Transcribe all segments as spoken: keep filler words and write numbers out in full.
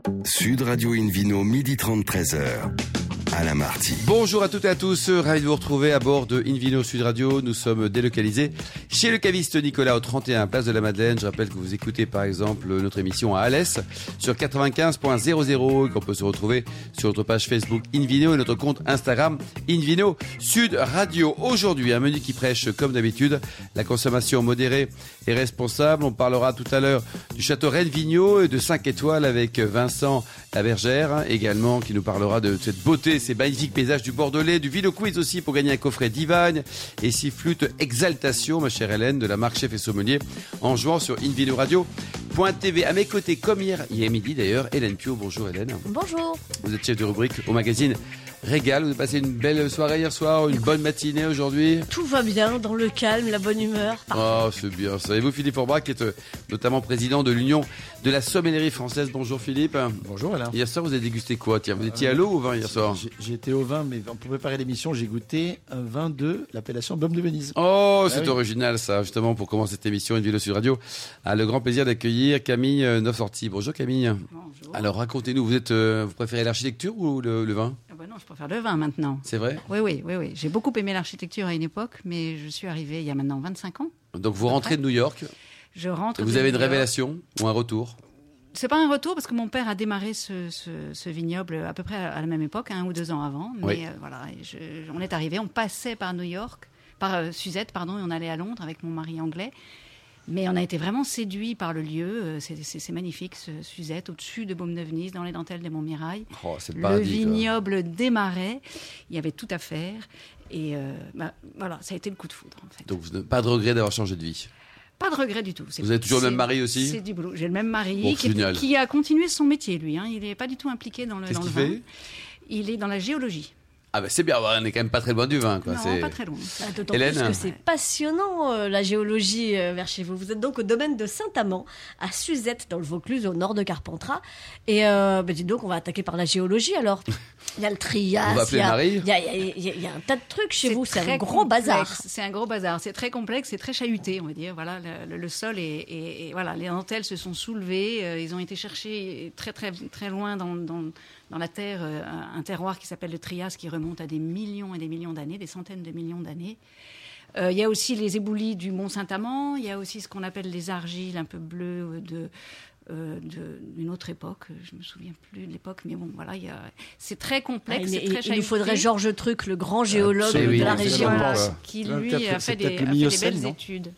Sud Radio Invino, midi trente, treize heures. Alain Marty. Bonjour à toutes et à tous, ravi de vous retrouver à bord de Invino Sud Radio. Nous sommes délocalisés chez le caviste Nicolas au trente et un place de la Madeleine. Je rappelle que vous écoutez par exemple notre émission à Alès sur quatre-vingt-quinze point zéro zéro et qu'on peut se retrouver sur notre page Facebook Invino et notre compte Instagram Invino Sud Radio. Aujourd'hui, un menu qui prêche comme d'habitude la consommation modérée et responsable. On parlera tout à l'heure du château Rennes-Vigneault et de cinq étoiles avec Vincent Labergère également qui nous parlera de cette beauté, ces magnifiques paysages du Bordelais, du Vino Quiz aussi pour gagner un coffret Divine et six flûtes Exaltation, ma chère Hélène, de la marque Chef et Sommelier, en jouant sur invinoradio point t v. À mes côtés, comme hier, hier midi d'ailleurs, Hélène Pio. Bonjour Hélène. Bonjour. Vous êtes chef de rubrique au magazine Régal. Vous avez passé une belle soirée hier soir, une bonne matinée aujourd'hui? Tout va bien, dans le calme, la bonne humeur. Oh, c'est bien ça. Et vous, Philippe Forbach, qui est euh, notamment président de l'Union de la sommellerie française. Bonjour Philippe. Bonjour Alain. Hier soir, vous avez dégusté quoi? Tiens, vous étiez à l'eau ou au vin hier soir? J'ai, j'ai été au vin, mais pour préparer l'émission, j'ai goûté un vin de l'appellation Baume de Venise. Oh, c'est ah, oui. original ça. Justement, pour commencer cette émission, Invino Sud Radio a le grand plaisir d'accueillir Camille euh, Neuf-Sorties. Bonjour Camille. Bonjour. Alors racontez-nous, vous êtes, euh, vous préférez l'architecture ou le, le vin? Ah bah non, je préfère le vin maintenant. C'est vrai? Oui, oui, oui, oui. J'ai beaucoup aimé l'architecture à une époque, mais je suis arrivée il y a maintenant vingt-cinq ans. Donc vous rentrez de New York. Je rentre. Et vous de avez une New York. révélation ou un retour? C'est pas un retour parce que mon père a démarré ce, ce, ce vignoble à peu près à la même époque, un ou deux ans avant. Mais Oui. euh, voilà, et je, on est arrivé, on passait par New York, par euh, Suzette, pardon, et on allait à Londres avec mon mari anglais. Mais on a été vraiment séduits par le lieu. C'est, c'est, c'est magnifique, ce Suzette, au-dessus de Baume de Venise, dans les dentelles des Montmirail. Oh, c'est le Le paradis, vignoble démarrait. Il y avait tout à faire. Et euh, bah, voilà, ça a été le coup de foudre, en fait. quoi. Donc vous n'avez pas de regret d'avoir changé de vie? Pas de regret du tout. C'est, Vous avez toujours le c'est- même mari aussi? C'est du boulot. J'ai le même mari Bon, qui, génial. qui a continué son métier, lui. Hein. Il n'est pas du tout impliqué dans le, Qu'est-ce dans le qu'il vin. fait? Il est dans la géologie. Ah ben c'est bien, on est quand même pas très loin du vin, quoi. non, c'est... pas très loin. Ah, D'autant Hélène? plus que c'est passionnant, euh, la géologie euh, vers chez vous. Vous êtes donc au domaine de Saint-Amand, à Suzette, dans le Vaucluse, au nord de Carpentras. Et euh, bah, dis donc, on va attaquer par la géologie, alors. Il y a le trias, On va appeler il y a- Marie. il y a, il y a- il y a- il y a un tas de trucs chez vous. C'est un très gros complexe. bazar. C'est un gros bazar. C'est très complexe, c'est très chahuté, on va dire. Voilà, le, le- le sol est, est- est- voilà, les dentelles se sont soulevées. euh, ils ont été cherchés très très très loin dans, dans, dans la terre, euh, un, un terroir qui s'appelle le Trias, qui remonte à des millions et des millions d'années, des centaines de millions d'années. Euh, Il y a aussi les éboulis du Mont Saint-Amand. Il y a aussi ce qu'on appelle les argiles un peu bleues de euh, de- d'une autre époque. Je me souviens plus de l'époque, mais bon, voilà, il y a... c'est très Ah, complexe, il, c'est il- très il nous chahuté. faudrait Georges Truc, le grand géologue Eh oui, de la exactement. région. Voilà, Voilà. qui C'est lui peut-être- a c'est fait des, peut-être le a fait des Miocène, belles non études.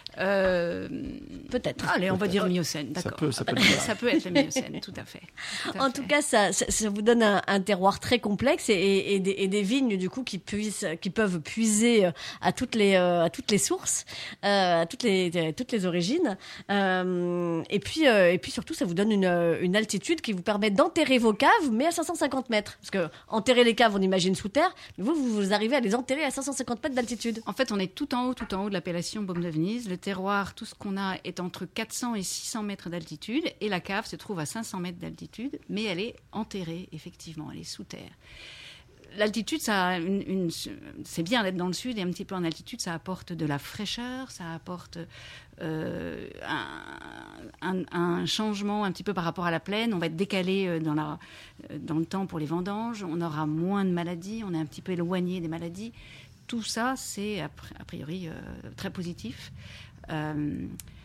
Euh, Peut-être. allez, on va dire Miocène, d'accord. peut- ça peut le faire. Ça peut être le Miocène, tout à fait. Tout à En fait. tout cas, ça, ça, ça vous donne un, un terroir très complexe et, et, et des, et des vignes du coup qui puissent, qui peuvent puiser euh, à toutes les, euh, à toutes les sources, euh, à toutes les, à toutes les origines. Euh, et puis, euh, et puis surtout, ça vous donne une, euh, une altitude qui vous permet d'enterrer vos caves, mais à cinq cent cinquante mètres. Parce que enterrer les caves, on imagine sous terre, mais vous, vous, vous arrivez à les enterrer à cinq cent cinquante mètres d'altitude. En fait, on est tout en haut, tout en haut de l'appellation Baume de Venise. Le terroir, tout ce qu'on a est entre quatre cents et six cents mètres d'altitude, et la cave se trouve à cinq cents mètres d'altitude, mais elle est enterrée, effectivement, elle est sous terre. L'altitude, ça a une, une- c'est bien d'être dans le sud et un petit peu en altitude, ça apporte de la fraîcheur, ça apporte euh, un, un- un changement un petit peu par rapport à la plaine. On va être décalé euh, dans, la, euh, dans le temps pour les vendanges, on aura moins de maladies, on est un petit peu éloigné des maladies. Tout ça, c'est a pri- a priori euh, très positif. Euh,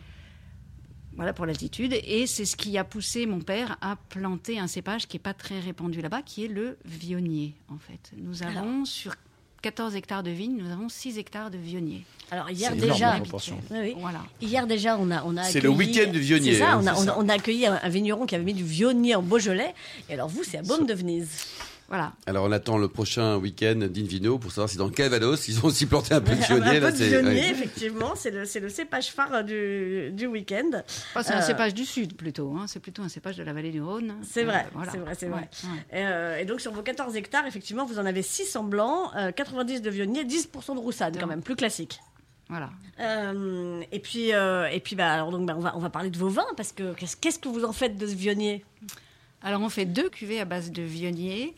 Voilà pour l'altitude. Et c'est ce qui a poussé mon père à planter un cépage qui n'est pas très répandu là-bas, qui est le vionnier, en fait. Nous avons, sur quatorze hectares de vignes, nous avons six hectares de vionniers. Alors hier C'est énorme, déjà, la proportion. Oui, oui. Voilà. Hier déjà, on a, on a C'est le accueilli- week-end du vionnier, C'est ça, hein, on, a, c'est on, ça. a, on a accueilli un, un vigneron qui avait mis du vionnier en Beaujolais. Et alors vous, c'est à Baume de Venise. Voilà. Alors on attend le prochain week-end d'Invino pour savoir si dans le Calvados ils ont aussi planté un peu de vionnier. un là, peu de c'est- vionnier, ouais. effectivement. C'est le, c'est le cépage phare du, du week-end. Enfin, c'est un Euh, cépage du sud plutôt. Hein. C'est plutôt un cépage de la vallée du Rhône. C'est vrai, Euh, voilà. c'est vrai, c'est vrai. Ouais, ouais. Et, euh, et donc sur vos quatorze hectares, effectivement, vous en avez six en blanc, euh, quatre-vingt-dix de vionnier, dix pour cent de roussade quand même, plus classique. Voilà. Euh, et puis, euh, et puis bah, alors, donc, bah, on, va, on va parler de vos vins, parce que qu'est-ce, qu'est-ce que vous en faites de ce vionnier? Alors, on fait deux cuvées à base de vionnier.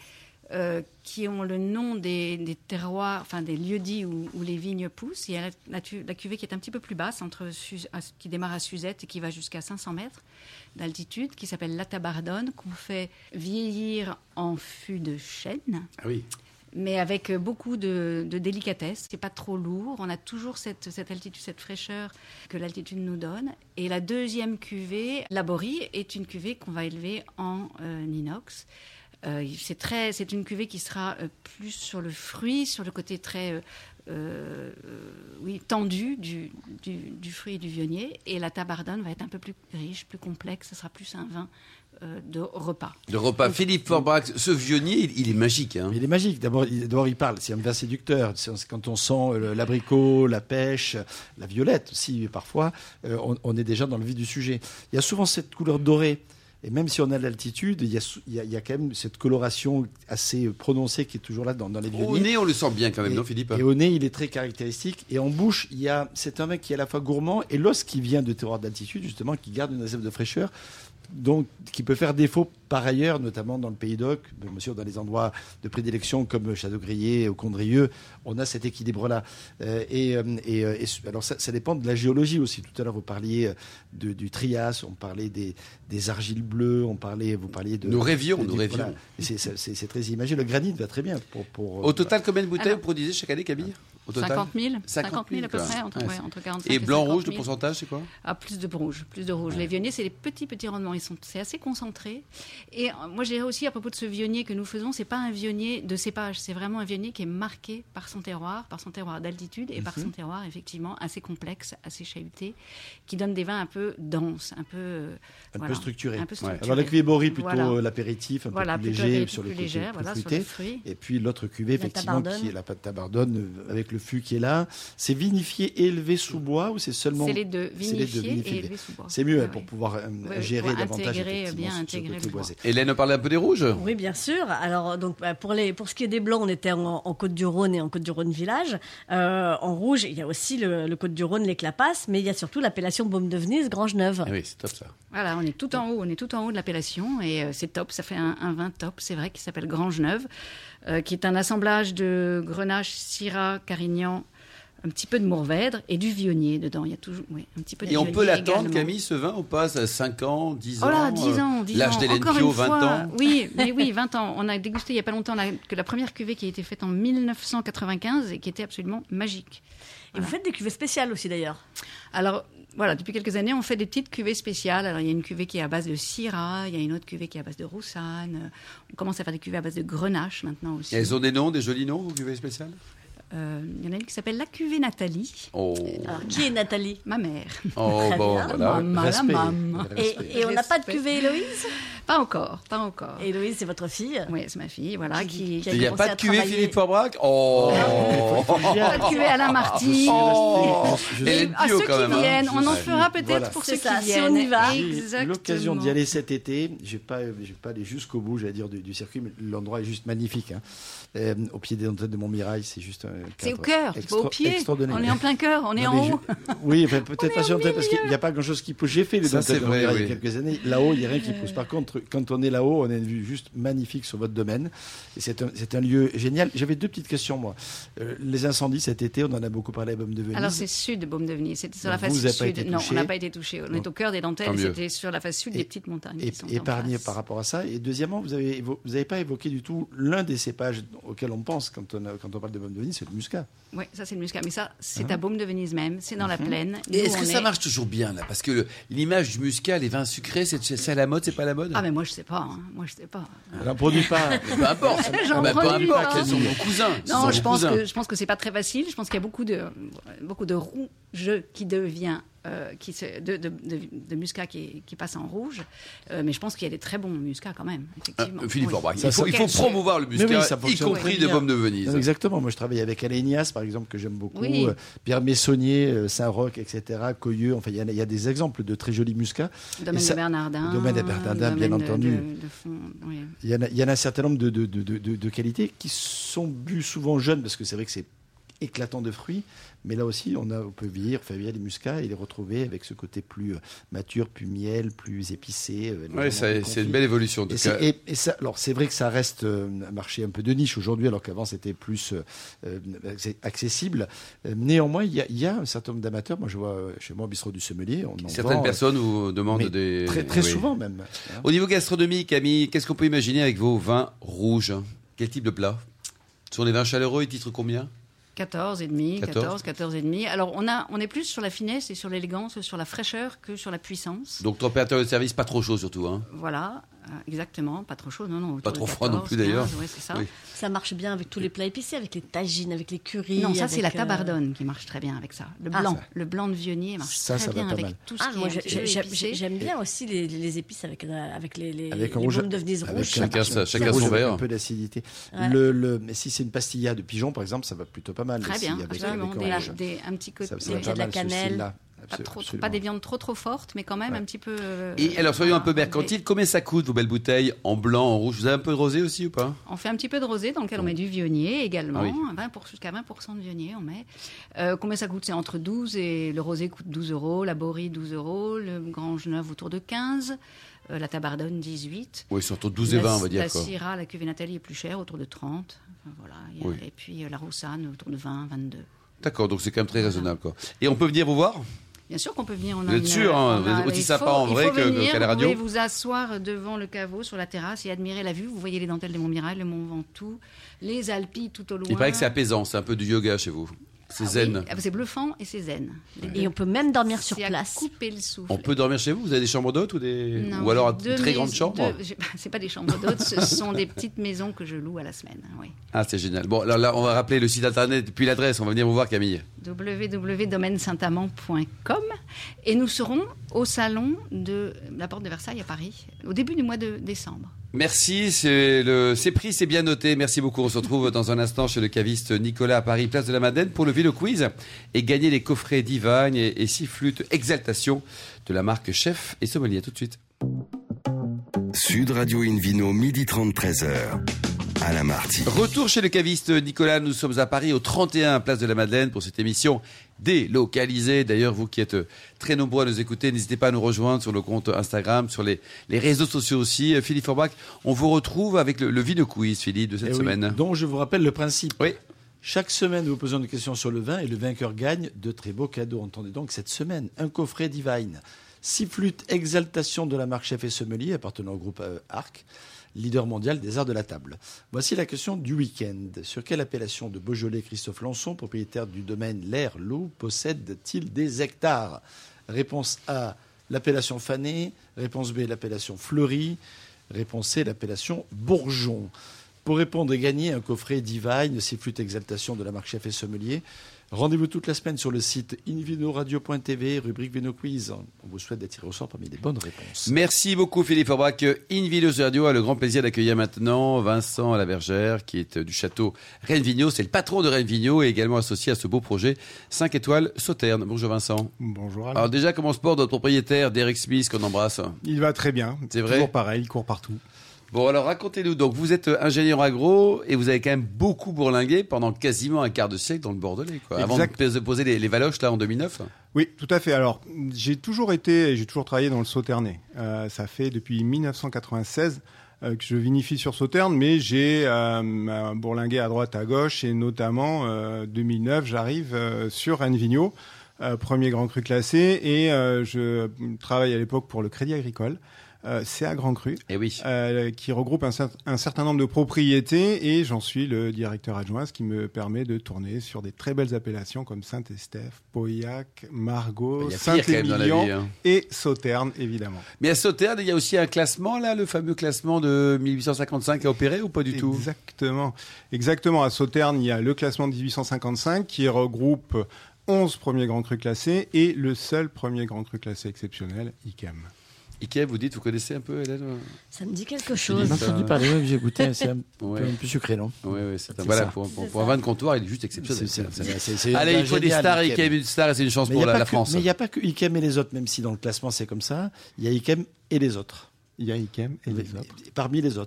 euh, qui ont le nom des, des terroirs, enfin des lieux-dits où, où les vignes poussent. Il y a la, la, la cuvée qui est un petit peu plus basse, entre, qui démarre à Suzette et qui va jusqu'à cinq cents mètres d'altitude, qui s'appelle la Tabardonne, qu'on fait vieillir en fût de chêne. Ah oui. Mais avec beaucoup de, de délicatesse. C'est pas trop lourd. On a toujours cette, cette altitude, cette fraîcheur que l'altitude nous donne. Et la deuxième cuvée, la Borie, est une cuvée qu'on va élever en euh, inox. Euh, c'est, très, c'est une cuvée qui sera euh, plus sur le fruit, sur le côté très euh, euh, oui, tendu du, du, du fruit et du vionnier. Et la Tabardonne va être un peu plus riche, plus complexe. Ce sera plus un vin euh, de repas. De repas. Donc, Philippe Forbach, ce vionnier, il, il est magique. Hein. Il est magique. D'abord il, d'abord, il parle. C'est un vin séducteur. C'est, quand on sent le, l'abricot, la pêche, la violette aussi, parfois, euh, on, on est déjà dans le vif du sujet. Il y a souvent cette couleur dorée. Et même si on a de l'altitude, il y a, il y a, il y a quand même cette coloration assez prononcée qui est toujours là dans, dans les vionniers. Au nez, on le sent bien quand même, et, non, Philippe? Et au nez, il est très caractéristique. Et en bouche, il y a, c'est un mec qui est à la fois gourmand et l'os qui vient de terroir d'altitude, justement, qui garde une réserve de fraîcheur, donc qui peut faire défaut par ailleurs, notamment dans le Pays d'Oc, bien sûr dans les endroits de prédilection comme Châteaubriand ou Condrieu, on a cet équilibre-là. Euh, et, et, et alors ça, ça dépend de la géologie aussi. Tout à l'heure, vous parliez de, du Trias, on parlait des, des argiles bleues, on parlait, vous parliez de... Nous rêvions, de, nous du, rêvions. Voilà. C'est, c'est, c'est très imagé. Le granit va très bien. Pour, pour, Au total, combien de bouteilles Alors, vous produisez chaque année, Camille? Au total cinquante mille, cinquante mille à peu quoi. près, entre, Ouais, ouais, entre quarante-cinq et et blanc-rouge, le cinquante mille. pourcentage, c'est quoi? Ah, plus de rouge, plus de rouge. Ouais. Les vionniers, c'est les petits, petits rendements. Ils sont, c'est assez concentré. Et euh, moi, je dirais aussi à propos de ce vionnier que nous faisons, c'est pas un vionnier de cépage, c'est vraiment un vionnier qui est marqué par son terroir, par son terroir d'altitude et mm-hmm. par son terroir, effectivement, assez complexe, assez chahuté, qui donne des vins un peu denses, un peu... Euh, un, voilà, peu structurés. un peu structuré. Ouais. Alors la cuvée Borie, plutôt voilà. l'apéritif, un voilà, peu plus léger, sur le côté légère, plus voilà, fruité. sur le fruit. Et puis l'autre cuvée, la effectivement, Tabardonne. qui est la Tabardonne, avec le fût qui est là. C'est vinifié et élevé sous bois ou c'est seulement... C'est les deux, vinifié, les deux, vinifié et élevé sous bois. C'est mieux ah, hein, pour oui. pouvoir euh, oui, gérer pour davantage intégrer, bien ce, ce intégrer côté le bois. boisé. Hélène, on parlait un peu des rouges? Oui, bien sûr. Alors, donc, pour, les, pour ce qui est des blancs, on était en, en Côte-du-Rhône et en Côte-du-Rhône village. Euh, en rouge, il y a aussi le, le Côte-du-Rhône, les Clapasses, mais il y a surtout l'appellation Baume de Venise, Grangeneuve. Ah oui, c'est top ça. Voilà, on est tout en haut, on est tout en haut de l'appellation et euh, c'est top, ça fait un, un vin top, c'est vrai, qui s'appelle Grangeneuve, euh, qui est un assemblage de Grenache, Syrah, Carignan, un petit peu de Mourvèdre et du Vionnier dedans. Il y a toujours, oui, un petit peu de Et on Vionnier peut l'attendre, également. Camille, ce vin, on passe à cinq ans, dix ans? Oh là, dix ans, dix ans. L'âge d'Hélène Encore Pio, une vingt fois, ans. Oui, mais oui, vingt ans. On a dégusté il n'y a pas longtemps la, que la première cuvée qui a été faite en mille neuf cent quatre-vingt-quinze et qui était absolument magique. Et voilà. Vous faites des cuvées spéciales aussi d'ailleurs. Alors, voilà, depuis quelques années, on fait des petites cuvées spéciales. Alors, il y a une cuvée qui est à base de Syrah, il y a une autre cuvée qui est à base de Roussanne. On commence à faire des cuvées à base de Grenache maintenant aussi. Et elles ont des noms, des jolis noms, vos cuvées spéciales? Euh, il y en a une qui s'appelle la cuvée Nathalie. Oh, Alors, qui est Nathalie? Ma mère. oh Très bon, bien. voilà. Maman, Respect. la maman. Et, et on n'a pas de cuvée Héloïse? Pas encore, pas encore. Et Héloïse, c'est votre fille? Oui, c'est ma fille, voilà, qui... Qui a Il n'y a commencé pas à de cuvée travailler. Philippe Forbach? Oh, Pas de cuvée à la Martine. Oh. Je- Et Et les à bio, ceux quand qui même, hein. viennent, on en Ouais. fera peut-être Voilà. pour C'est ceux ça, qui si viennent. on y va. J'ai eu Exactement. l'occasion d'y aller cet été. Je n'ai pas, j'ai pas allé jusqu'au bout, j'allais dire, du, du circuit, mais l'endroit est juste magnifique. Hein. Euh, au pied des antennes de Montmirail, c'est juste un C'est au cadre cœur, c'est pas au extra- pied. extraordinaire. On est en plein cœur, on est Non, en mais haut. je- Oui, enfin, peut-être pas sur antenne parce qu'il n'y a pas grand-chose qui pousse. J'ai fait les Ça, antennes c'est de vrai, Montmirail il y oui. a quelques années. Là-haut, il n'y a rien qui pousse. Par contre, quand on est là-haut, on a une vue juste magnifique sur votre domaine. Et c'est un, c'est un lieu génial. J'avais deux petites questions, moi. Euh, les incendies cet été, on en a beaucoup parlé à Baume de Venise. Alors c'est sud de Baume de Venise, c'était sur Donc la face vous, vous avez sud. pas été Non, touché. on n'a pas été touché. On est au cœur des Tant dentelles, et mieux. c'était sur la face sud Et- des petites montagnes. Et, qui sont en épargné face. par rapport à ça. Et deuxièmement, vous avez évo- vous n'avez pas évoqué du tout l'un des cépages auxquels on pense quand on, a- quand on parle de Baume de Venise, c'est le muscat. Oui, ça c'est le muscat. Mais ça, c'est Ah. à Baume de Venise même, c'est dans la plaine. Et Nous, est-ce que on ça est- marche toujours bien là? Parce que le- l'image du muscat, les vins sucrés, c'est, c'est à la mode, c'est pas à la mode? Ah mais moi je sais pas, hein. moi je sais pas. On n'en produit pas. Peu importe. J'en Bah, peu produis importe, pas. quels sont vos cousins? Ce sont Non, vos je pense cousins. que je pense que c'est pas très facile. Je pense qu'il y a beaucoup de beaucoup de rouge qui devient euh, qui se, de, de, de, de muscat qui, qui passe en rouge. Euh, mais je pense qu'il y a des très bons muscats quand même. Effectivement. Euh, Philippe Oui. Forbach, Ça, il faut, ça- il faut promouvoir le Mais muscat, oui, ça y fonctionne compris très de bien. Baume de Venise. Non, exactement. Moi, je travaille avec Alain Ignace, par exemple, que j'aime beaucoup. Oui. euh, Pierre Messonnier, euh, Saint-Roch, et cetera. Coyeux. Enfin, il y, en a- il y a des exemples de très jolis muscats. Domaine Et ça- de Bernardin. Domaine de Bernardin, bien domaine de- entendu. de- de fond, oui. Il y en a, il y en a un certain nombre de, de, de, de, de qualités qui sont bues souvent jeunes, parce que c'est vrai que c'est éclatant de fruits. Mais là aussi, on, a, on peut vieillir, faire vieillir les muscats et les retrouver avec ce côté plus euh, mature, plus miel, plus épicé. Euh, oui, c'est une belle évolution. En tout et cas. Et, et ça, alors, c'est vrai que ça reste euh, un marché un peu de niche aujourd'hui, alors qu'avant, c'était plus euh, accessible. Euh, néanmoins, il y, y a un certain nombre d'amateurs. Moi, je vois euh, chez moi au bistrot du Sommelier. On en Certaines vend, personnes vous demandent des... Très, très oui. souvent même. Hein. Au niveau gastronomique, Camille, qu'est-ce qu'on peut imaginer avec vos vins rouges? Quel type de plat? Ce sont des vins chaleureux, ils titrent combien? quatorze et demi, quatorze, quatorze et demi. Alors on a, on est plus sur la finesse et sur l'élégance, sur la fraîcheur que sur la puissance. Donc température de service pas trop chaud surtout, hein. Voilà, euh, exactement, pas trop chaud, non non. Pas trop froid non plus d'ailleurs. Ouais, c'est ça. Oui. Ça marche bien avec tous les plats épicés, avec les tagines, avec les currys. Non, ça c'est la avec, euh, tabardone qui marche très bien avec ça. Le Ah, blanc, ça. le blanc de Vionnier marche Ça, très ça va bien pas avec mal. tout ce Ah, qui moi est un j'ai- petit peu j'ai- épicé. j'aime bien aussi les, les épices avec, euh, avec les, les, Avec un les rouge- baumes de Venise avec rouge. un- Chacun sa- chacun rouge son avec verre. un peu d'acidité. Ouais. Le, le, mais si c'est une pastilla de pigeon, par exemple, ça va plutôt pas mal. Très aussi, bien, avec, absolument. avec un Des, rouge. des- un petit côté, Ça, ça des- va de pas la mal, ce cannelle. style-là. pas, trop, Absolument. pas des viandes trop trop fortes, mais quand même Ouais. un petit peu. euh, Et alors soyons un peu voilà, mercantiles, combien ça coûte vos belles bouteilles en blanc, en rouge? Vous avez un peu de rosé aussi ou pas? On fait un petit peu de rosé dans lequel on met du vionnier également, Ah oui. vingt pour- jusqu'à vingt pour cent de vionnier on met. Euh, combien ça coûte? C'est entre douze et le rosé coûte douze euros, la Bory douze euros, le Grange Neuf autour de quinze, euh, la Tabardone dix-huit. Oui, c'est entre douze et La- vingt on va dire La quoi. Syrah, la cuvée Nathalie est plus chère, autour de trente. Enfin, voilà. Il y a- Oui. Et puis euh, la Roussanne autour de vingt, vingt-deux. D'accord, donc c'est quand même très raisonnable quoi. Et on peut venir vous voir? Bien sûr qu'on peut venir. On Vous a êtes une- sûr, hein, on a- vous êtes aussi il sympa faut- en il vrai faut que- venir, qu'à la radio. Vous pouvez vous asseoir devant le caveau sur la terrasse et admirer la vue. Vous voyez les dentelles des Montmirail, le Mont Ventoux, les Alpilles tout au loin. Il paraît que c'est apaisant, c'est un peu du yoga chez vous. C'est Ah zen. oui, ah bah c'est bluffant et c'est zen. Les deux. Et on peut même dormir sur C'est à place. couper le souffle. On peut dormir chez vous? Vous avez des chambres d'hôtes ou des Non, ou alors deux une très grande mais- chambre? deux- j'ai- C'est pas des chambres d'hôtes, ce sont des petites maisons que je loue à la semaine. Oui. Ah, c'est génial. Bon, alors là, on va rappeler le site internet puis l'adresse. On va venir vous voir, Camille. w w w point domaine saint amand point com et nous serons au salon de la Porte de Versailles à Paris au début du mois de décembre. Merci, c'est le, c'est pris, c'est bien noté. Merci beaucoup. On se retrouve dans un instant chez le caviste Nicolas à Paris, place de la Madeleine, pour le vélo quiz et gagner les coffrets Divine et, et six flûtes Exaltation de la marque Chef et Sommelier. À tout de suite. Sud Radio Invino, midi trente, treize heures. Alain Marty. Retour chez le caviste Nicolas. Nous sommes à Paris, au trente et un place de la Madeleine, pour cette émission délocalisée. D'ailleurs, vous qui êtes très nombreux à nous écouter, n'hésitez pas à nous rejoindre sur le compte Instagram, sur les, les réseaux sociaux aussi. Philippe Forbach, on vous retrouve avec le, le Vino Quiz, Philippe, de cette Eh oui. semaine. Donc je vous rappelle le principe. Oui. Chaque semaine, nous vous posons une question sur le vin et le vainqueur gagne de très beaux cadeaux. Entendez donc cette semaine un coffret Divine, six flûtes Exaltation de la marque Chef et Sommelier appartenant au groupe euh, Arc, leader mondial des arts de la table. Voici la question du week-end. Sur quelle appellation de Beaujolais Christophe Lançon, propriétaire du domaine L'Air Loup, possède-t-il des hectares? Réponse A, l'appellation Fané. Réponse B, l'appellation Fleury. Réponse C, l'appellation Bourgeon. Pour répondre et gagner un coffret Divine, six flûtes Exaltation de la marque Chef et Sommelier, rendez-vous toute la semaine sur le site invinoradio point t v, rubrique Vino Quiz. On vous souhaite d'être tiré au sort parmi les bonnes réponses. Merci beaucoup Philippe Forbach. Invino Radio a le grand plaisir d'accueillir maintenant Vincent Lavergère, qui est du château Rennes Vigneault. C'est le patron de Rennes Vigneault et également associé à ce beau projet cinq étoiles Sauterne. Bonjour Vincent. Bonjour Alain. Alors déjà, comment se porte notre propriétaire, Derek Smith, qu'on embrasse? Il va très bien. C'est vrai Toujours pareil, il court partout. Bon, alors racontez-nous. Donc, vous êtes ingénieur agro et vous avez quand même beaucoup bourlingué pendant quasiment un quart de siècle dans le Bordelais, quoi. Avant Exact. de poser les, les valoches là en deux mille neuf. Oui, tout à fait. Alors, j'ai toujours été, j'ai toujours travaillé dans le Sauternais. Euh, ça fait depuis mille neuf cent quatre-vingt-seize euh, que je vinifie sur Sauterne, mais j'ai euh, bourlingué à droite, à gauche, et notamment euh, deux mille neuf, j'arrive euh, sur Rennes Vigneault, euh, premier grand cru classé, et euh, je travaille à l'époque pour le Crédit Agricole. Euh, c'est à Grand Cru, Eh oui. euh, qui regroupe un, cer- un certain nombre de propriétés, et j'en suis le directeur adjoint, ce qui me permet de tourner sur des très belles appellations comme Saint-Estèphe, Pauillac, Margaux, Il y a pire quand même dans la vie, Saint-Émilion hein. et Sauterne, évidemment. Mais à Sauterne, il y a aussi un classement là, le fameux classement de mille huit cent cinquante-cinq à opérer ou pas du tout? Exactement. Exactement. À Sauterne, il y a le classement de dix-huit cent cinquante-cinq qui regroupe onze premiers grands crus classés et le seul premier grand cru classé exceptionnel, Yquem. Ikea, vous dites, vous connaissez un peu, Hélène? Ça me dit quelque J'ai chose. entendu parler, oui, j'ai goûté, c'est un Ouais. peu un peu sucré, non? Oui, oui, c'est un... C'est Voilà, ça. pour, pour, C'est pour un ça. vin de comptoir, il est juste exceptionnel. C'est- c'est- C'est- c'est- c'est Allez, un il faut des génial, stars, Ikem. Ikea, une star, et c'est une chance Mais pour il y a la, pas la que- France. Mais il n'y a pas que Ikem et les autres, même si dans le classement c'est comme ça. Il y a Ikem et les autres. Il y a Yquem et les autres. Et parmi les autres.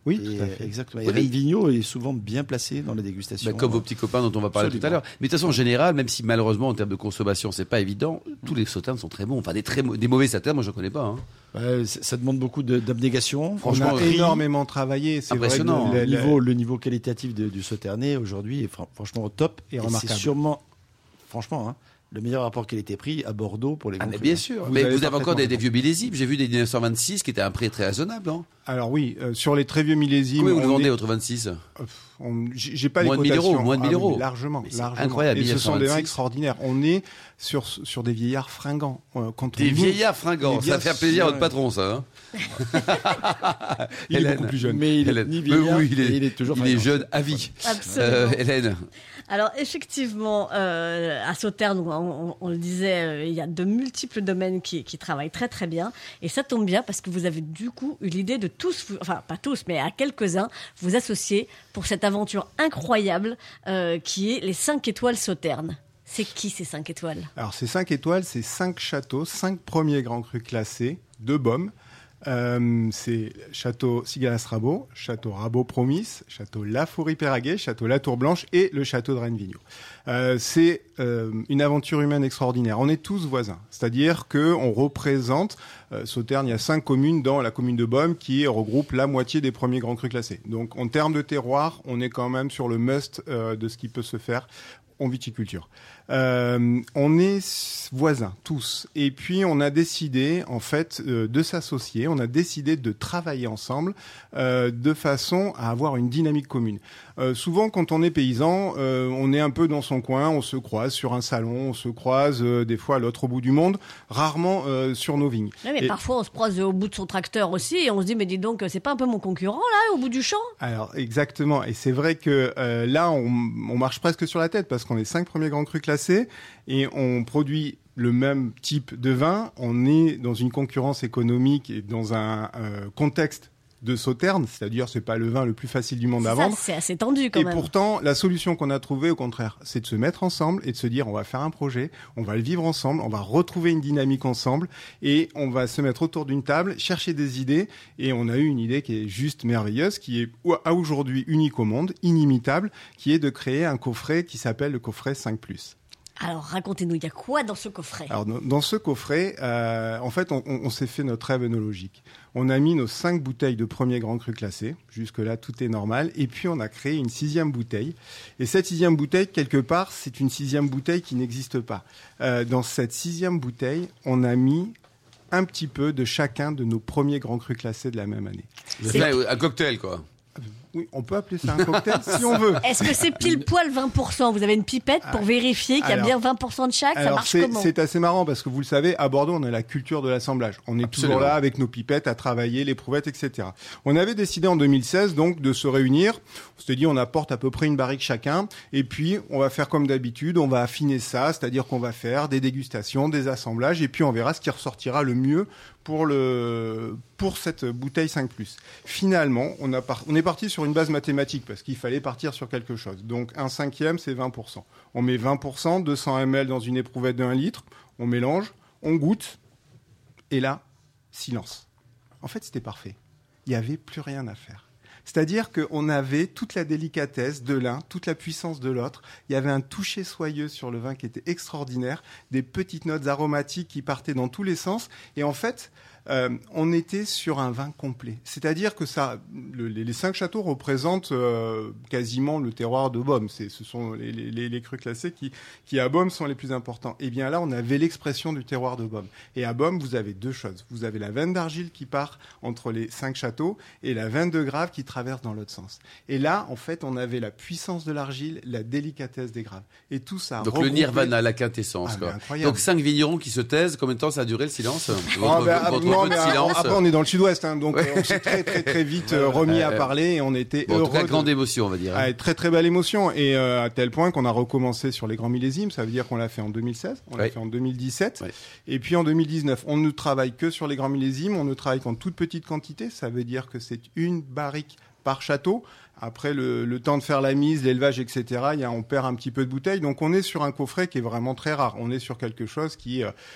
Oui, Et, tout à fait. Exactement. Et Oui, mais- Rennes Vigneault est souvent bien placé dans les dégustations. Bah, comme vos petits copains dont on va parler Absolument. tout à l'heure. Mais de toute façon, en général, même si malheureusement en termes de consommation c'est pas évident, tous les sauternes sont très bons. Enfin, des très mau- des mauvais sauternes, moi je connais pas. Hein. Ouais, ça ça demande beaucoup de- d'abnégation. On Franchement, a riz, énormément travaillé. C'est vrai que impressionnant, le- Le le- niveau, le niveau qualitatif de- du Sauternet aujourd'hui est fran- franchement au top. Et Et remarquable. c'est sûrement, franchement, hein, le meilleur rapport qualité-prix à Bordeaux pour les Ah, grands mais crus. bien sûr. Vous mais avez vous avez encore parfaitement des, des raison. vieux millésimes. J'ai vu des dix-neuf cent vingt-six qui étaient à un prix très raisonnable. Hein. Alors oui, euh, sur les très vieux millésimes, Combien vous le on vendez est- votre vingt-six? on- j'ai j'ai pas Moins les de mille cotations. euros, moins de mille Ah oui, euros. largement, Mais c'est largement. incroyable, Et ce sont des vins mille neuf cent vingt-six. extraordinaires. On est sur sur des vieillards fringants. Euh, Quand on Des goûte- vieillards fringants. Mais Ça bien fait plaisir à sûr. votre patron, ça. Hein. Il est Hélène. beaucoup plus jeune. Mais il est Hélène. ni Mais vieillard, oui, il est, et il est toujours il est fringant. jeune à vie. Absolument. Euh, Hélène. Alors effectivement, euh, à Sauternes, on, on- on le disait, euh, il y a de multiples domaines qui, qui travaillent très très bien. Et ça tombe bien parce que vous avez du coup eu l'idée de tous, vous- enfin pas tous, mais à quelques-uns, vous associer pour cette aventure incroyable euh, qui est les cinq étoiles Sauternes. C'est qui ces cinq étoiles? Alors ces cinq étoiles, c'est cinq châteaux, cinq premiers grands crus classés de Beaume. Euh, c'est château Cigalas-Rabault, château Rabault-Promis, château La Fourie-Péraguet, château La Tour Blanche et le château de Rennes-Vigneault. Euh, c'est euh, une aventure humaine extraordinaire. On est tous voisins, c'est-à-dire que on représente euh, Sauternes. Il y a cinq communes dans la commune de Beaume qui regroupe la moitié des premiers grands crus classés. Donc en termes de terroir, on est quand même sur le must euh, de ce qui peut se faire en viticulture. Euh, on est voisins tous, et puis on a décidé en fait euh, de s'associer. On a décidé de travailler ensemble euh, de façon à avoir une dynamique commune. Euh, souvent, quand on est paysan, euh, on est un peu dans son coin. On se croise sur un salon, on se croise euh, des fois à l'autre bout du monde, rarement euh, sur nos vignes. Ouais, mais Et- parfois on se croise au bout de son tracteur aussi et on se dit mais dis donc c'est pas un peu mon concurrent là au bout du champ? Alors exactement, et c'est vrai que euh, là on, on marche presque sur la tête parce qu'on est cinq premiers grands crus classés et on produit le même type de vin. On est dans une concurrence économique et dans un euh, contexte de Sauternes, c'est-à-dire c'est pas le vin le plus facile du monde C'est à ça, vendre. c'est assez tendu quand Et même. pourtant, la solution qu'on a trouvée, au contraire, c'est de se mettre ensemble et de se dire, on va faire un projet, on va le vivre ensemble, on va retrouver une dynamique ensemble et on va se mettre autour d'une table, chercher des idées. Et on a eu une idée qui est juste merveilleuse, qui est à aujourd'hui unique au monde, inimitable, qui est de créer un coffret qui s'appelle le coffret cinq plus. Alors racontez-nous, il y a quoi dans ce coffret? Alors dans, dans ce coffret, euh, en fait, on, on, on s'est fait notre rêve œnologique. On a mis nos cinq bouteilles de premier grand cru classés. Jusque-là, tout est normal. Et puis, on a créé une sixième bouteille. Et cette sixième bouteille, quelque part, c'est une sixième bouteille qui n'existe pas. Euh, dans cette sixième bouteille, on a mis un petit peu de chacun de nos premiers grands crus classés de la même année. Vous avez fait un cocktail, quoi. Oui, on peut appeler ça un cocktail si on veut. Est-ce que c'est pile poil vingt pour cent? Vous avez une pipette pour vérifier qu'il y a alors- bien vingt pour cent de chaque? Ça Alors marche c'est, comment? c'est assez marrant parce que vous le savez, à Bordeaux, on a la culture de l'assemblage. On est Absolument. toujours là avec nos pipettes à travailler, les prouvettes, et cetera. On avait décidé en deux mille seize donc de se réunir. On s'était dit on apporte à peu près une barrique chacun et puis on va faire comme d'habitude, on va affiner ça, c'est-à-dire qu'on va faire des dégustations, des assemblages et puis on verra ce qui ressortira le mieux pour le pour cette bouteille cinq plus. Finalement, on a par- on est parti sur une base mathématique parce qu'il fallait partir sur quelque chose. Donc un cinquième, c'est vingt pour cent. On met vingt pour cent, deux cents millilitres dans une éprouvette de un litre, on mélange, on goûte et là, silence. En fait, c'était parfait. Il n'y avait plus rien à faire. C'est-à-dire qu'on avait toute la délicatesse de l'un, toute la puissance de l'autre. Il y avait un toucher soyeux sur le vin qui était extraordinaire, des petites notes aromatiques qui partaient dans tous les sens. Et en fait, euh, on était sur un vin complet. C'est-à-dire que ça, le, les, les cinq châteaux représentent euh, quasiment le terroir de Beaume. C'est, ce sont les, les, les crus classés qui, qui, à Beaume, sont les plus importants. Et bien là, on avait l'expression du terroir de Beaume. Et à Beaume, vous avez deux choses. Vous avez la veine d'argile qui part entre les cinq châteaux et la veine de grave qui traverse dans l'autre sens. Et là, en fait, on avait la puissance de l'argile, la délicatesse des graves. Et tout ça. Donc regroupé- le nirvana, la quintessence. Ah, quoi. mais incroyable. Donc cinq vignerons qui se taisent. Combien de temps ça a duré le silence? Ah, Votre, ben, votre non, peu mais de après, silence. après, on est dans le sud-ouest, hein, donc Ouais. euh, on s'est très très très vite euh, remis à Euh, parler et on était Bon, en heureux. tout cas, de- grande émotion, on va dire. hein. Ah, très très belle émotion et euh, à tel point qu'on a recommencé sur les grands millésimes. Ça veut dire qu'on l'a fait en deux mille seize, on l'a Ouais. fait en deux mille dix-sept Ouais. et puis en deux mille dix-neuf. On ne travaille que sur les grands millésimes, on ne travaille qu'en toute petite quantité. Ça veut dire que c'est une barrique par château. Après le, le temps de faire la mise, l'élevage, et cetera, il y a, on perd un petit peu de bouteilles. Donc on est sur un coffret qui est vraiment très rare. On est sur quelque chose qui euh,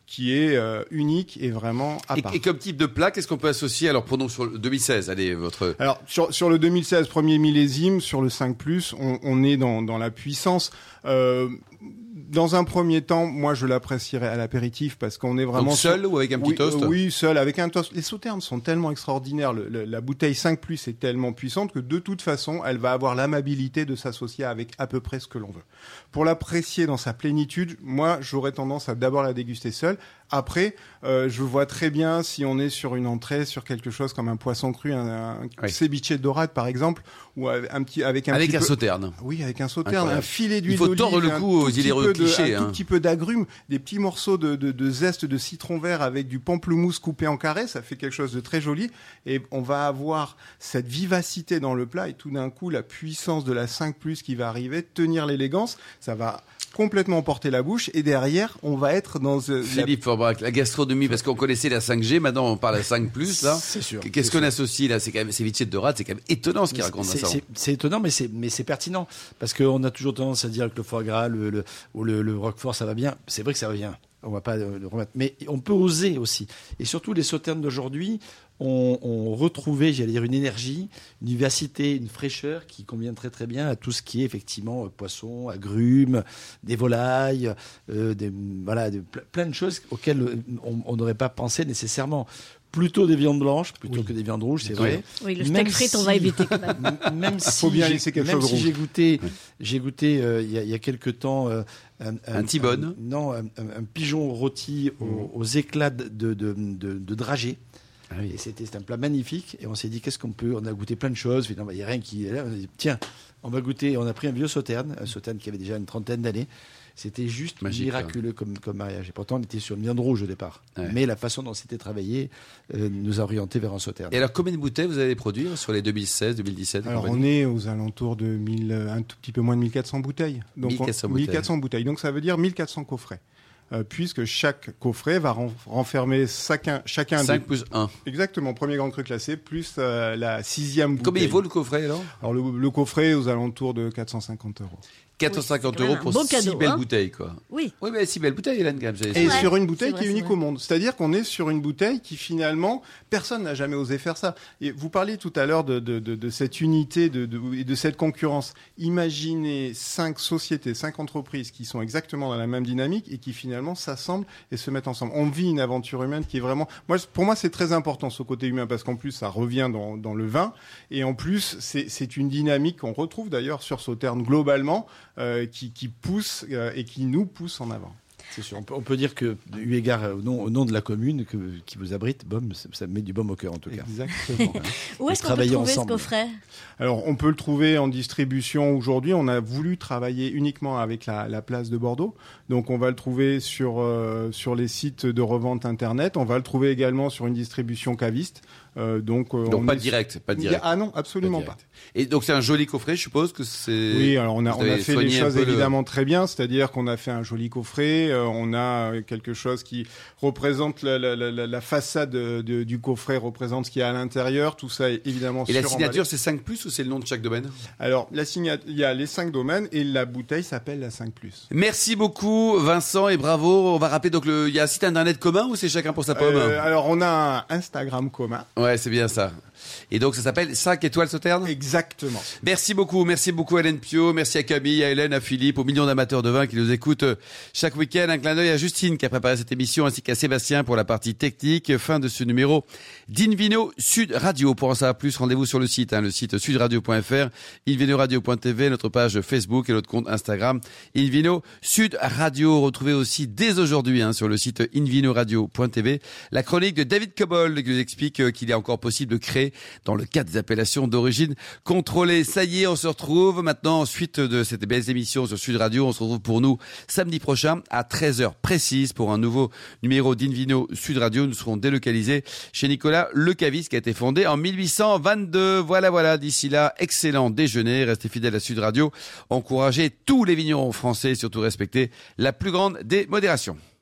qui est euh, unique et vraiment à part. Et, et comme type de plat, qu'est-ce qu'on peut associer? Alors prenons sur le deux mille seize, allez, votre... Alors sur, sur le deux mille seize, premier millésime, sur le cinq plus, on, on est dans, dans la puissance. Euh, Dans un premier temps, moi, je l'apprécierais à l'apéritif parce qu'on est vraiment... Donc seul sur... ou avec un petit oui, toast? euh, Oui, seul, avec un toast. Les sauternes sont tellement extraordinaires. Le, le, la bouteille cinq plus est tellement puissante que de toute façon, elle va avoir l'amabilité de s'associer avec à peu près ce que l'on veut. Pour l'apprécier dans sa plénitude, moi, j'aurais tendance à d'abord la déguster seule. Après, euh, je vois très bien si on est sur une entrée, sur quelque chose comme un poisson cru, un, un oui. ceviche de dorade, par exemple, ou un petit, avec un avec petit un peu... sauterne. Oui, avec un sauterne, Incroyable. un filet d'huile Il faut d'olive, tordre le cou aux îléreux clichés. Un hein. tout petit peu d'agrumes, des petits morceaux de, de, de zeste de citron vert avec du pamplemousse coupé en carrés, ça fait quelque chose de très joli. Et on va avoir cette vivacité dans le plat et tout d'un coup, la puissance de la cinq plus qui va arriver, tenir l'élégance, ça va complètement porter la bouche et derrière, on va être dans... Euh, Philippe Forbrac, la gastronomie, parce qu'on connaissait la cinq G, maintenant on parle à cinq plus, là. C'est sûr. Qu'est-ce qu'on associe là? C'est quand même ceviche de dorade, c'est quand même étonnant ce qu'il raconte dans C'est, ça. c'est, c'est étonnant, mais c'est, mais c'est pertinent. Parce qu'on a toujours tendance à dire que le foie gras le, le, ou le, le roquefort, ça va bien. C'est vrai que ça va bien. On va pas le remettre. Mais on peut oser aussi. Et surtout, les sauternes d'aujourd'hui ont, ont retrouvé, j'allais dire, une énergie, une vivacité, une fraîcheur qui convient très très bien à tout ce qui est effectivement euh, poisson, agrumes, des volailles, euh, des, voilà, de, plein de choses auxquelles on n'aurait pas pensé nécessairement. Plutôt des viandes blanches plutôt oui. que des viandes rouges, c'est vrai. Oui, le steak frites, si, on va éviter quand même. Même si, faut bien laisser quelque même chose si rouge. j'ai goûté, oui. j'ai goûté euh, il y a, il y a quelque temps euh, un, un, un T-bone, non, un, un, un pigeon rôti mmh. aux, aux éclats de, de, de, de, de dragée. Ah oui. Et c'était, c'était un plat magnifique. Et on s'est dit qu'est-ce qu'on peut. On a goûté plein de choses. Finalement, il n'y a rien qui est là. On a dit tiens, on va goûter. On a pris un vieux sauterne, un sauterne qui avait déjà une trentaine d'années. C'était juste magique, miraculeux comme, comme mariage. Et pourtant, on était sur une viande rouge au départ. Ouais. Mais la façon dont c'était travaillé euh, nous a orientés vers un sauterne. Et alors, combien de bouteilles vous allez produire sur les deux mille seize, deux mille dix-sept? Alors, on est aux alentours de mille, un tout petit peu moins de mille quatre cents bouteilles. Donc, mille quatre cents on, bouteilles. mille quatre cents bouteilles. Donc, ça veut dire mille quatre cents coffrets. Euh, puisque chaque coffret va ren- renfermer chacun, chacun cinq des... plus un. Exactement, premier grand cru classé, plus euh, la sixième bouteille. Combien il vaut le coffret alors? Alors le, le coffret est aux alentours de quatre cent cinquante euros. quatre cent cinquante euros pour six cadeau, belles hein bouteilles, quoi. Oui. Oui, mais six belles bouteilles, Hélène, quand même. Et vrai, sur une bouteille vrai, qui est unique vrai. au monde. C'est-à-dire qu'on est sur une bouteille qui, finalement, personne n'a jamais osé faire ça. Et vous parliez tout à l'heure de, de, de, de cette unité de, de, et de cette concurrence. Imaginez cinq sociétés, cinq entreprises qui sont exactement dans la même dynamique et qui, finalement, s'assemblent et se mettent ensemble. On vit une aventure humaine qui est vraiment... Moi, pour moi, c'est très important, ce côté humain, parce qu'en plus, ça revient dans, dans le vin. Et en plus, c'est, c'est une dynamique qu'on retrouve, d'ailleurs, sur Sauternes, globalement, euh, qui, qui pousse euh, et qui nous pousse en avant. C'est sûr. On peut, on peut dire que, eu égard au nom, au nom de la commune que, qui vous abrite, Baume, ça, ça met du baume au cœur en tout cas. Exactement. Où est-ce qu'on peut trouver ensemble. ce coffret? Alors, on peut le trouver en distribution aujourd'hui. On a voulu travailler uniquement avec la, la place de Bordeaux. Donc, on va le trouver sur, euh, sur les sites de revente Internet. On va le trouver également sur une distribution caviste. Euh, donc, euh, donc on pas est... direct, pas direct. Ah non, absolument pas. pas. Et donc c'est un joli coffret, je suppose que c'est. Oui, alors on a on a fait les choses évidemment le... très bien, c'est-à-dire qu'on a fait un joli coffret, euh, on a quelque chose qui représente la, la, la, la façade de, de, du coffret, représente ce qu'il y a à l'intérieur, tout ça est évidemment. Et la signature, c'est cinq plus ou c'est le nom de chaque domaine? Alors la signature, il y a les cinq domaines et la bouteille s'appelle la cinq plus. Merci beaucoup Vincent et bravo. On va rappeler donc le, il y a un site internet commun ou c'est chacun pour sa pomme? euh, Alors on a un Instagram commun. Ouais, c'est bien ça. Et donc ça s'appelle cinq étoiles Sauternes? Exactement. Merci beaucoup, merci beaucoup à Hélène Pio, merci à Camille, à Hélène, à Philippe, aux millions d'amateurs de vin qui nous écoutent chaque week-end. Un clin d'œil à Justine qui a préparé cette émission ainsi qu'à Sébastien pour la partie technique. Fin de ce numéro d'Invino Sud Radio. Pour en savoir plus, rendez-vous sur le site, hein, le site sud radio point f r, invino radio point t v, notre page Facebook et notre compte Instagram Invino Sud Radio. Retrouvez aussi dès aujourd'hui hein, sur le site invino radio point t v la chronique de David Cobold qui nous explique qu'il est encore possible de créer dans le cadre des appellations d'origine contrôlée. Ça y est, on se retrouve maintenant, suite de cette belle émission sur Sud Radio. On se retrouve pour nous samedi prochain à treize heures précise pour un nouveau numéro d'Invino Sud Radio. Nous serons délocalisés chez Nicolas Le Caviste qui a été fondé en mille huit cent vingt-deux. Voilà, voilà. D'ici là, excellent déjeuner. Restez fidèles à Sud Radio. Encouragez tous les vignerons français et surtout respectez la plus grande des modérations.